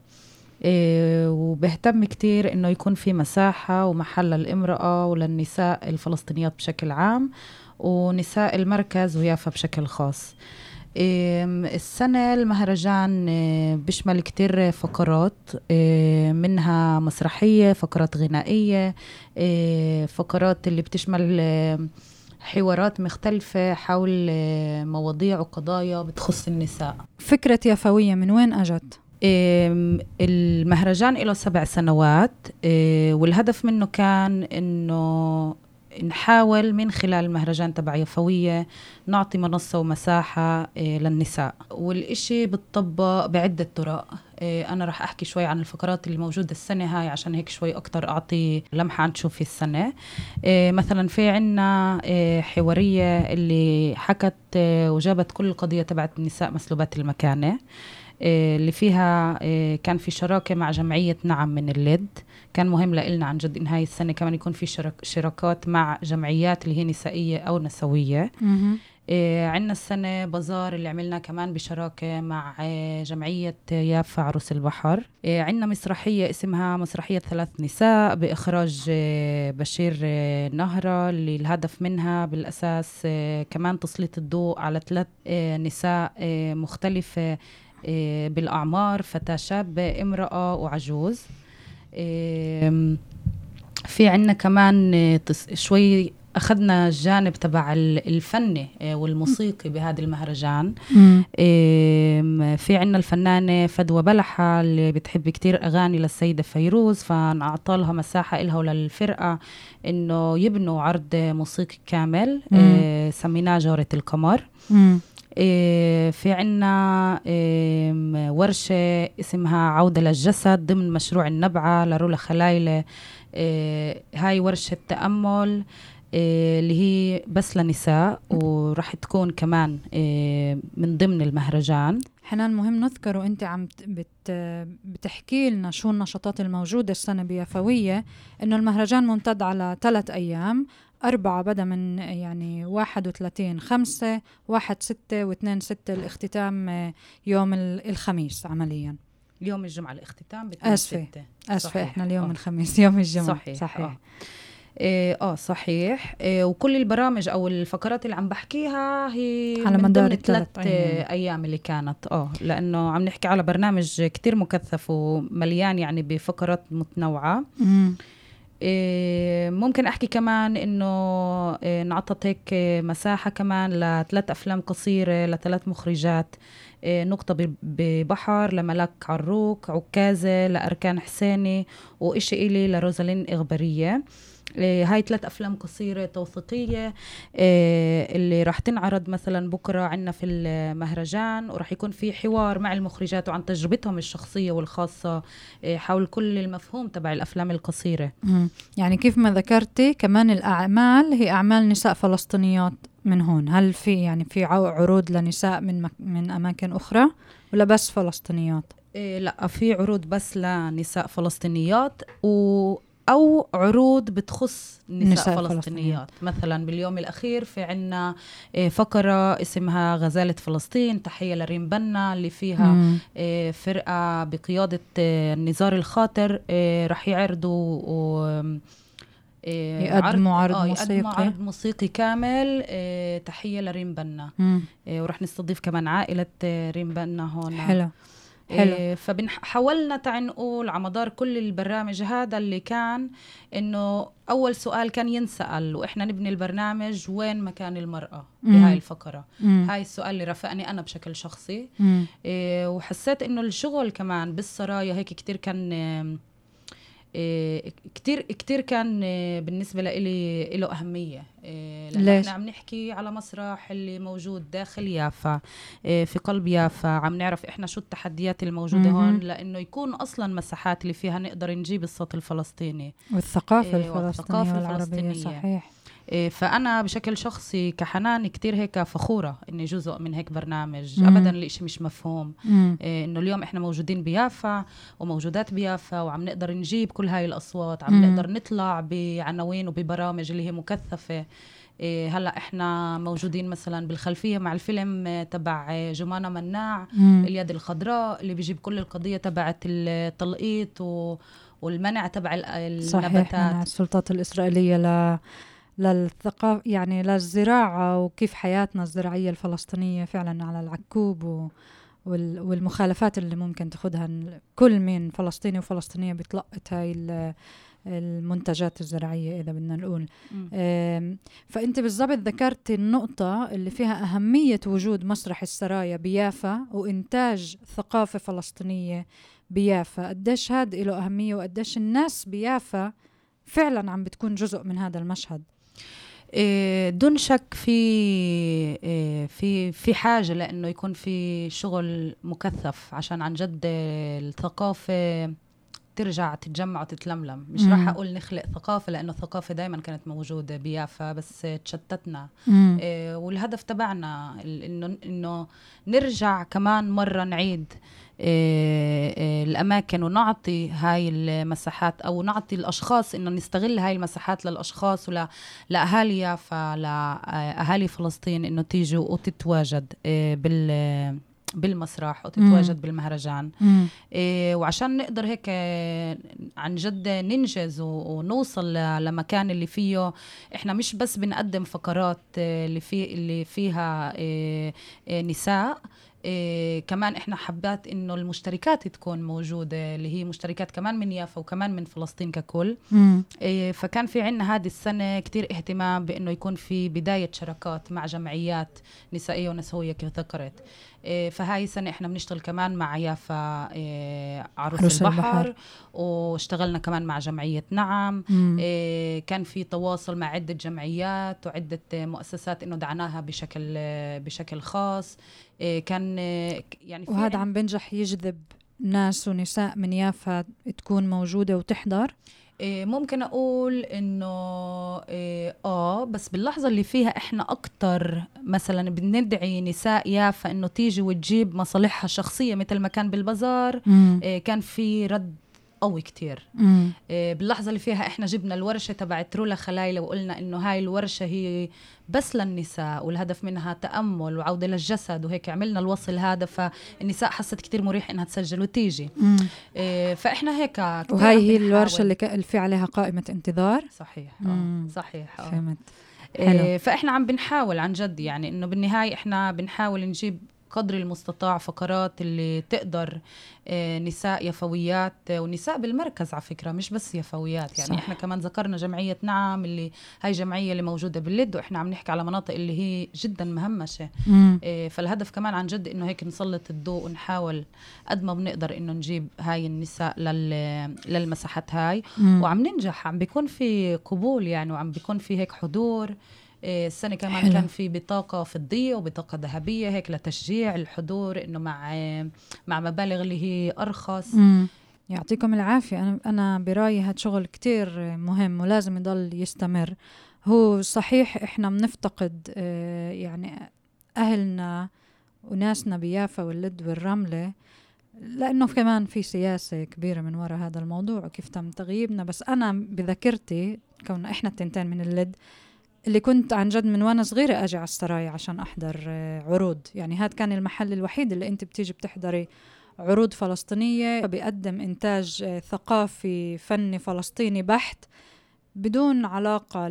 وبهتم كتير إنه يكون في مساحة ومحل للإمرأة وللنساء الفلسطينيات بشكل عام ونساء المركز ويافا بشكل خاص. السنة المهرجان بيشمل كتير فقرات، منها مسرحية، فقرات غنائية، فقرات اللي بتشمل حوارات مختلفة حول مواضيع وقضايا بتخص النساء. فكرة يافوية من وين أجت؟ المهرجان له 7 سنوات، والهدف منه كان إنه نحاول من خلال المهرجان تبع يافوية نعطي منصة ومساحة للنساء، والإشي بتطبق بعدة طرق. أنا رح أحكي شوي عن الفقرات اللي موجودة السنة هاي عشان هيك شوي أكتر أعطي لمحة عن تشوفي السنة. مثلا في عنا حوارية اللي حكت وجابت كل القضية تبعت النساء مسلوبات المكانة، اللي فيها كان في شراكة مع جمعية نعم من الليد. كان مهم لإلنا عن جد إن هاي السنة كمان يكون في شراكات مع جمعيات اللي هي نسائية أو نسوية. عنا السنة بازار اللي عملنا كمان بشراكة مع جمعية يافا عروس البحر. عنا مسرحية اسمها مسرحية 3 نساء بإخراج بشير نهرة، اللي الهدف منها بالأساس كمان تسليط الضوء على 3 نساء مختلفة بالأعمار، فتاة شابة، امرأة وعجوز. في عنا كمان شوي أخذنا الجانب تبع الفني والموسيقي بهذا المهرجان. في عنا الفنانة فدوى بلحة اللي بتحب كتير أغاني للسيدة فيروز، فنعطالها مساحة إلها وللفرقة إنه يبنوا عرض موسيقي كامل سميناه جارة القمر. في عنا ورشة اسمها عودة للجسد ضمن مشروع النبعة لرولا خلايلة. هاي ورشة تأمل اللي هي بس لنساء، ورح تكون كمان من ضمن المهرجان. حنان، مهم نذكر وانت عم بتحكي لنا شو النشاطات الموجودة السنة بيافوية، انه المهرجان ممتد على 3 أيام، 4 بدأ من يعني 31/5 1/6 و2/6. الاختتام يوم الخميس عمليا. يوم الجمعة الاختتام أسفة احنا اليوم الخميس يوم الجمعة. صحيح. صحيح. وكل البرامج او الفقرات اللي عم بحكيها هي على مدار 3 ايام اللي كانت لانه عم نحكي على برنامج كتير مكثف ومليان يعني بفقرات متنوعة. ممكن احكي كمان انه انعطت هيك مساحة كمان ل3 أفلام قصيرة ل3 مخرجات. نقطة ببحر لملاك عروق، عكازة لأركان حسيني، وإشي إلي لروزالين إغبارية. هاي 3 أفلام قصيرة توثيقية اللي راح تنعرض مثلا بكرة عنا في المهرجان، وراح يكون في حوار مع المخرجات وعن تجربتهم الشخصية والخاصة حول كل المفهوم تبع الأفلام القصيرة. يعني كيف ما ذكرتي كمان الأعمال هي أعمال نساء فلسطينيات من هون. هل في عروض لنساء من أماكن أخرى ولا بس فلسطينيات؟ لا، في عروض بس لنساء فلسطينيات أو عروض بتخص نساء فلسطينيات. مثلا باليوم الأخير في عنا فقرة اسمها غزالة فلسطين، تحية لريم بنا، اللي فيها فرقة بقيادة النزار الخاطر رح يعرضوا يقدموا عرض موسيقي كامل. تحية لريم بنا. ورح نستضيف كمان عائلة ريم بنا هون. حلو. فحاولنا نقول على مدار كل البرنامج هذا اللي كان إنه أول سؤال كان ينسأل وإحنا نبني البرنامج، وين مكان المرأة بهاي الفقرة؟ هاي السؤال اللي رافقني أنا بشكل شخصي. وحسيت إنه الشغل كمان بالسرايا هيك كتير كان كتير كان بالنسبة لي له أهمية. لأن احنا عم نحكي على مسرح اللي موجود داخل يافا، في قلب يافا. عم نعرف احنا شو التحديات الموجودة هون، لأنه يكون أصلا مساحات اللي فيها نقدر نجيب الصوت الفلسطيني والثقافة الفلسطينية والعربية. صحيح. فأنا بشكل شخصي كحنان كتير هيك فخورة إني جزء من هيك برنامج. أبداً الإشي مش مفهوم إنه اليوم إحنا موجودين بيافا وموجودات بيافا، وعم نقدر نجيب كل هاي الأصوات، عم نقدر نطلع بعناوين وببرامج اللي هي مكثفة. هلأ إحنا موجودين مثلاً بالخلفية مع الفيلم تبع جمانة مناع اليد الخضراء، اللي بيجيب كل القضية تبعت التلقيط والمنع تبع النباتات. صحيح، منع السلطات الإسرائيلية للثقافة، يعني للزراعة، وكيف حياتنا الزراعية الفلسطينية فعلا على العكوب والمخالفات اللي ممكن تاخدها كل من فلسطيني وفلسطينية بتلقط هاي المنتجات الزراعية إذا بدنا نقول. فأنت بالضبط ذكرت النقطة اللي فيها أهمية وجود مسرح السرايا بيافا وإنتاج ثقافة فلسطينية بيافا. قديش هذا له أهمية، وقديش الناس بيافا فعلا عم بتكون جزء من هذا المشهد. دون شك في حاجة لأنه يكون في شغل مكثف عشان عن جد الثقافة ترجع تتجمع وتتلملم. مش راح أقول نخلق ثقافة، لأنه الثقافة دايما كانت موجودة بيافا بس تشتتنا. والهدف تبعنا إنه نرجع كمان مرة نعيد الأماكن ونعطي هاي المساحات، أو نعطي الأشخاص إنه نستغل هاي المساحات للأشخاص لأهالي يافا، لأهالي فلسطين، إنه تيجوا وتتواجد بالمسرح وتتواجد بالمهرجان. وعشان نقدر هيك عن جد ننجز ونوصل لمكان اللي فيه احنا مش بس بنقدم فقرات اللي فيها نساء، كمان احنا حبات انه المشتركات تكون موجودة، اللي هي مشتركات كمان من يافا وكمان من فلسطين ككل. فكان في عنا هذه السنة كتير اهتمام بانه يكون في بداية شراكات مع جمعيات نسائية ونسوية كيف ذكرت. فهاي السنة احنا بنشتغل كمان مع يافا عروس البحر، واشتغلنا كمان مع جمعية نعم. كان في تواصل مع عدة جمعيات وعدة مؤسسات انه دعناها بشكل خاص. كان يعني وهذا عم بنجح يجذب ناس ونساء من يافا تكون موجودة وتحضر. ممكن أقول إنه بس باللحظة اللي فيها إحنا أكتر مثلا بندعي نساء يافا إنه تيجي وتجيب مصالحها الشخصية مثل ما كان بالبازار. كان في رد قوي كتير. باللحظة اللي فيها إحنا جبنا الورشة تبعت رولا خلايلة وقلنا إنه هاي الورشة هي بس للنساء والهدف منها تأمل وعودة للجسد، وهيك عملنا الوصل هذا، فالنساء حست كتير مريح إنها تسجل وتيجي. فإحنا هيك وهاي هي الورشة اللي في عليها قائمة انتظار. صحيح. صحيح. فهمت. فإحنا عم بنحاول عن جد يعني إنه بالنهاية إحنا بنحاول نجيب قدر المستطاع فقرات اللي تقدر نساء يفويات ونساء بالمركز على فكرة، مش بس يفويات يعني. صح. احنا كمان ذكرنا جمعية نعم اللي هاي جمعية اللي موجودة باللد، واحنا عم نحكي على مناطق اللي هي جدا مهمشة. فالهدف كمان عن جد انه هيك نسلط الضوء ونحاول قد ما بنقدر انه نجيب هاي النساء للمساحات هاي. وعم ننجح، عم بيكون في قبول يعني، وعم بيكون في هيك حضور. السنة كمان حلو. كان في بطاقة فضية وبطاقة ذهبية هيك لتشجيع الحضور، إنه مع مبالغ اللي هي أرخص. يعطيكم العافية. أنا برأيي هاد شغل كتير مهم ولازم يضل يستمر. هو صحيح إحنا بنفتقد يعني أهلنا وناسنا بيافا واللد والرملة، لأنه كمان في سياسة كبيرة من وراء هذا الموضوع وكيف تم تغييبنا. بس أنا بذاكرتي كون إحنا التنتين من اللد، اللي كنت عن جد من وانا صغيرة اجي على السرايا عشان احضر عروض. يعني هذا كان المحل الوحيد اللي انت بتيجي بتحضري عروض فلسطينية، بيقدم انتاج ثقافي فني فلسطيني بحت بدون علاقة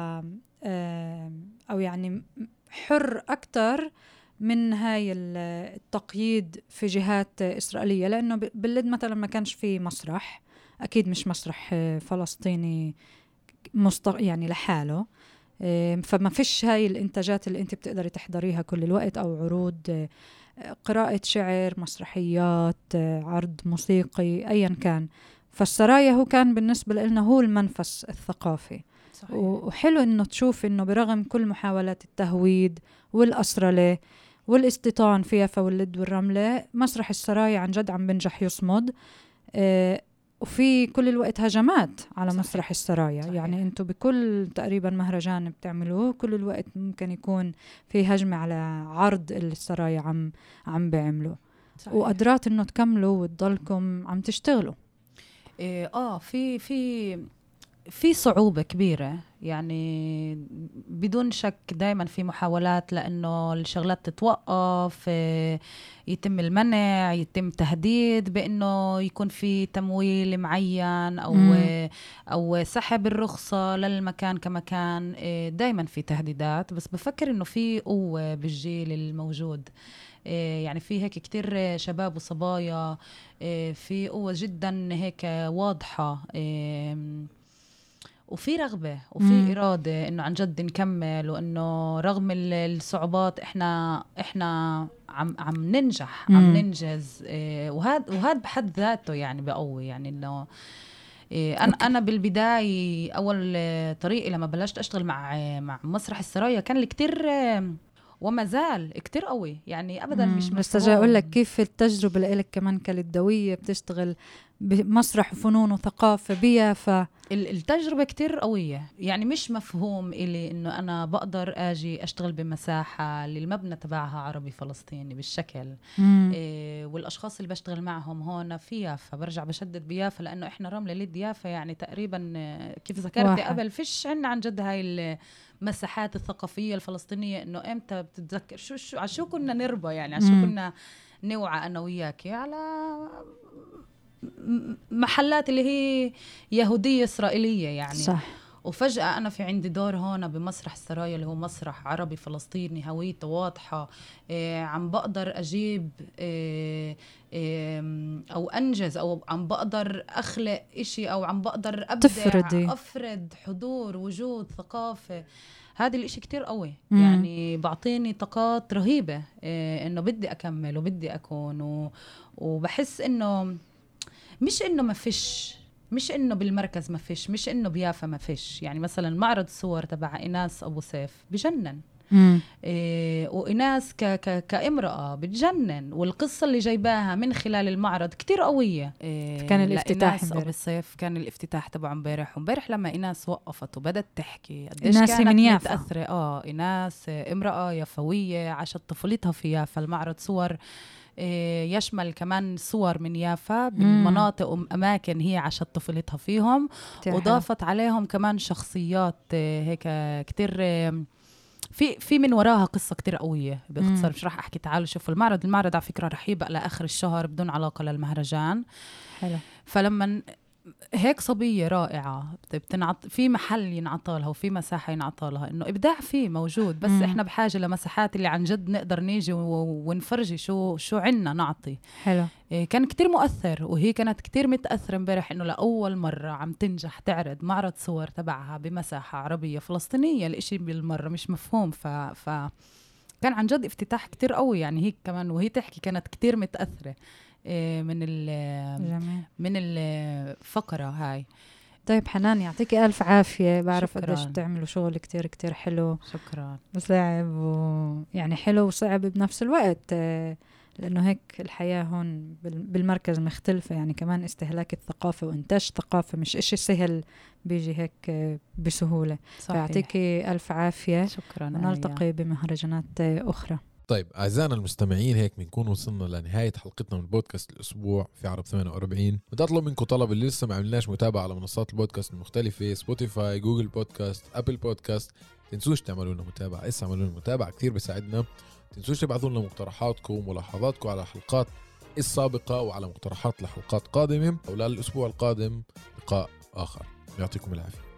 او يعني حر اكتر من هاي التقييد في جهات اسرائيلية. لانه باللد مثلا ما كانش في مسرح، اكيد مش مسرح فلسطيني يعني لحاله، فما فيش هاي الانتاجات اللي انت بتقدري تحضريها كل الوقت، او عروض قراءة شعر، مسرحيات، عرض موسيقي، ايا كان. فالسرايا هو كان بالنسبة لنا هو المنفس الثقافي. صحيح. وحلو انه تشوف انه برغم كل محاولات التهويد والأسرلة والاستيطان في يافا واللد والرملة، مسرح السرايا عن جد عم بنجح يصمد. وفي كل الوقت هجمات على صحيح. مسرح السرايا. صحيح. يعني انتو بكل تقريبا مهرجان بتعملوه كل الوقت ممكن يكون في هجمة على عرض السرايا عم بيعملوه. وقدرات انه تكملوا وتضلكم عم تشتغلوا. في صعوبة كبيرة يعني، بدون شك دايما في محاولات لأنه الشغلات تتوقف، يتم المنع، يتم تهديد بأنه يكون في تمويل معين أو سحب الرخصة للمكان كمكان. دايما في تهديدات، بس بفكر أنه في قوة بالجيل الموجود. يعني في هيك كتير شباب وصبايا، في قوة جدا هيك واضحة، وفي رغبة وفي إرادة إنه عن جد نكمل، وإنه رغم الصعوبات إحنا عم ننجح، عم ننجز. وهذا بحد ذاته يعني بقوي يعني إنه أنا بالبداية أول طريقي لما بلشت أشتغل مع مسرح السرايا كان كتير وما زال كتير قوي يعني، أبدا مش مفهوم. بس أقول لك كيف التجربة لك كمان كالدوية بتشتغل بمسرح وفنون وثقافة بيافا. التجربة كتير قوية يعني، مش مفهوم إلي إنه أنا بقدر أجي أشتغل بمساحة اللي المبنى تبعها عربي فلسطيني بالشكل. والأشخاص اللي بشتغل معهم هون في يافا، برجع بشدد بيافا لأنه إحنا رملة لد يافا يعني تقريبا كيف ذكرتي قبل فيش عنا عن جد هاي المساحات الثقافية الفلسطينية. إنه إمتى بتتذكر شو كنا نربى يعني، شو كنا نوعى أنا وياكي على محلات اللي هي يهودية إسرائيلية يعني. صح. وفجأة أنا في عندي دور هون بمسرح السرايا اللي هو مسرح عربي فلسطيني هويته واضحة، عم بقدر أجيب أو أنجز أو عم بقدر أخلق إشي أو عم بقدر أبدع أفرد حضور وجود ثقافة. هذا الإشي كتير قوي يعني بعطيني طاقات رهيبة إنه بدي أكمل وبدي أكون وبحس إنه مش إنه ما فيش، مش إنه بالمركز ما فيش، مش إنه بيافا ما فيش. يعني مثلا معرض الصور تبع إيناس أبو سيف بجنن، وإيناس كامرأة بتجنن، والقصة اللي جايباها من خلال المعرض كتير قوية. كان الافتتاح أبو السيف كان الافتتاح تبعه امبارح لما إيناس وقفت وبدت تحكي قديش كانت متأثرة. إيناس امرأة يافوية عاشت طفولتها في يافا. المعرض صور يشمل كمان صور من يافا بالمناطق وأماكن هي عاشت طفولتها فيهم، وضافت عليهم كمان شخصيات هيك كتير في من وراها قصة كتير قوية. باختصار مش راح أحكي، تعالوا شوفوا المعرض على فكرة رح يبقى لآخر الشهر بدون علاقة للمهرجان. حلو. فلما هيك صبية رائعة في محل ينعطالها وفي مساحة ينعطالها، إنه إبداع فيه موجود، بس إحنا بحاجة لمساحات اللي عن جد نقدر نيجي ونفرجي شو عنا نعطي. حلو. كان كتير مؤثر، وهي كانت كتير متأثرة امبارح إنه لأول مرة عم تنجح تعرض معرض صور تبعها بمساحة عربية فلسطينية. الإشي بالمرة مش مفهوم، كان عن جد افتتاح كتير قوي. يعني هيك كمان وهي تحكي كانت كتير متأثرة من الفقرة هاي. طيب حنان يعطيكي ألف عافية، بعرف قديش بتعملوا شغل كتير كتير حلو. شكرا. وصعب يعني حلو وصعب بنفس الوقت، لأنه هيك الحياة هون بالمركز مختلفة. يعني كمان استهلاك الثقافة وإنتاج ثقافة مش إشي سهل بيجي هيك بسهولة. فيعطيكي ألف عافية. شكرا. ونلتقي بمهرجانات أخرى. طيب أعزائنا المستمعين، هيك بنكون وصلنا لنهاية حلقتنا من بودكاست الأسبوع في عرب 48. بدي أطلب منكم طلب، اللي لسه ما عملناش متابعة على منصات البودكاست المختلفة سبوتيفاي، جوجل بودكاست، أبل بودكاست، تنسوش تعملوا لنا متابعة. اعملوا لنا متابعة كثير بيساعدنا. تنسوش تبعثوا لنا مقترحاتكم وملاحظاتكم على الحلقات السابقة وعلى مقترحات لحلقات قادمة، وللأسبوع القادم لقاء آخر. يعطيكم العافية.